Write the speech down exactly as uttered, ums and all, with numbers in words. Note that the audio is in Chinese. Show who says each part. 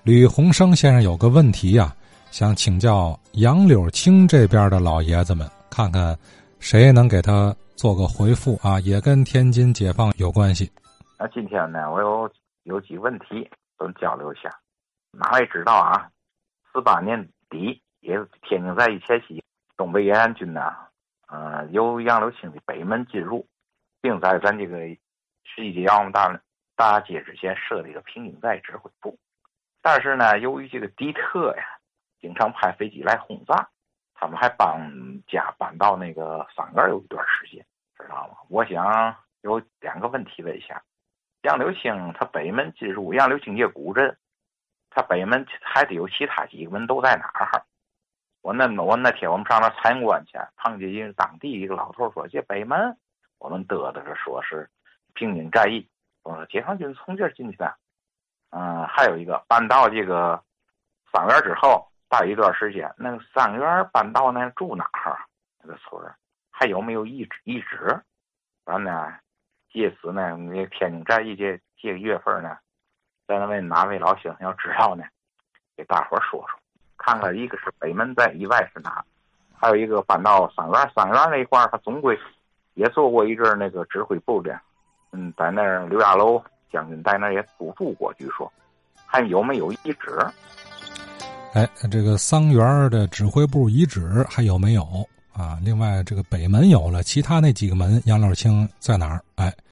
Speaker 1: 吕鸿生先生有个问题呀、啊，想请教杨柳青这边的老爷子们，看看谁能给他做个回复啊，也跟天津解放有关系。
Speaker 2: 那今天呢，我有有几个问题都交流一下。哪位知道啊？四八年底，也是天津在一前夕，东北延安军呢，呃，由杨柳青的北门进入，并在咱这个十一届要么大大街之前设立一个平津寨指挥部。但是呢，由于这个敌特呀，经常派飞机来轰炸，他们还帮家搬到那个三原有一段时间，知道吗？我想有两个问题问一下。杨柳青他北门进入，杨柳青也古镇，他北门还得有其他几个门都在哪儿？我那我那天我们上那参观去，碰见一个当地一个老头说，这北门我们得的是说是平津战役，我说解放军从这儿进去的。嗯、呃，还有一个搬到这个三原之后，大一段时间，那个三原搬到那住哪儿？那个村还有没有遗址？遗址？完呢？借此呢，那天津战役这这个月份呢，在那位哪位老乡要知道呢，给大伙说说，看看一个是北门在以外是哪，还有一个搬到三原，三原那一块他总归也做过一阵那个指挥部的，嗯，在那儿刘亚楼将军在那儿也租住过，据说还有没有遗址？
Speaker 1: 哎，这个桑园的指挥部遗址还有没有啊？另外这个北门有了，其他那几个门杨柳青在哪儿？哎，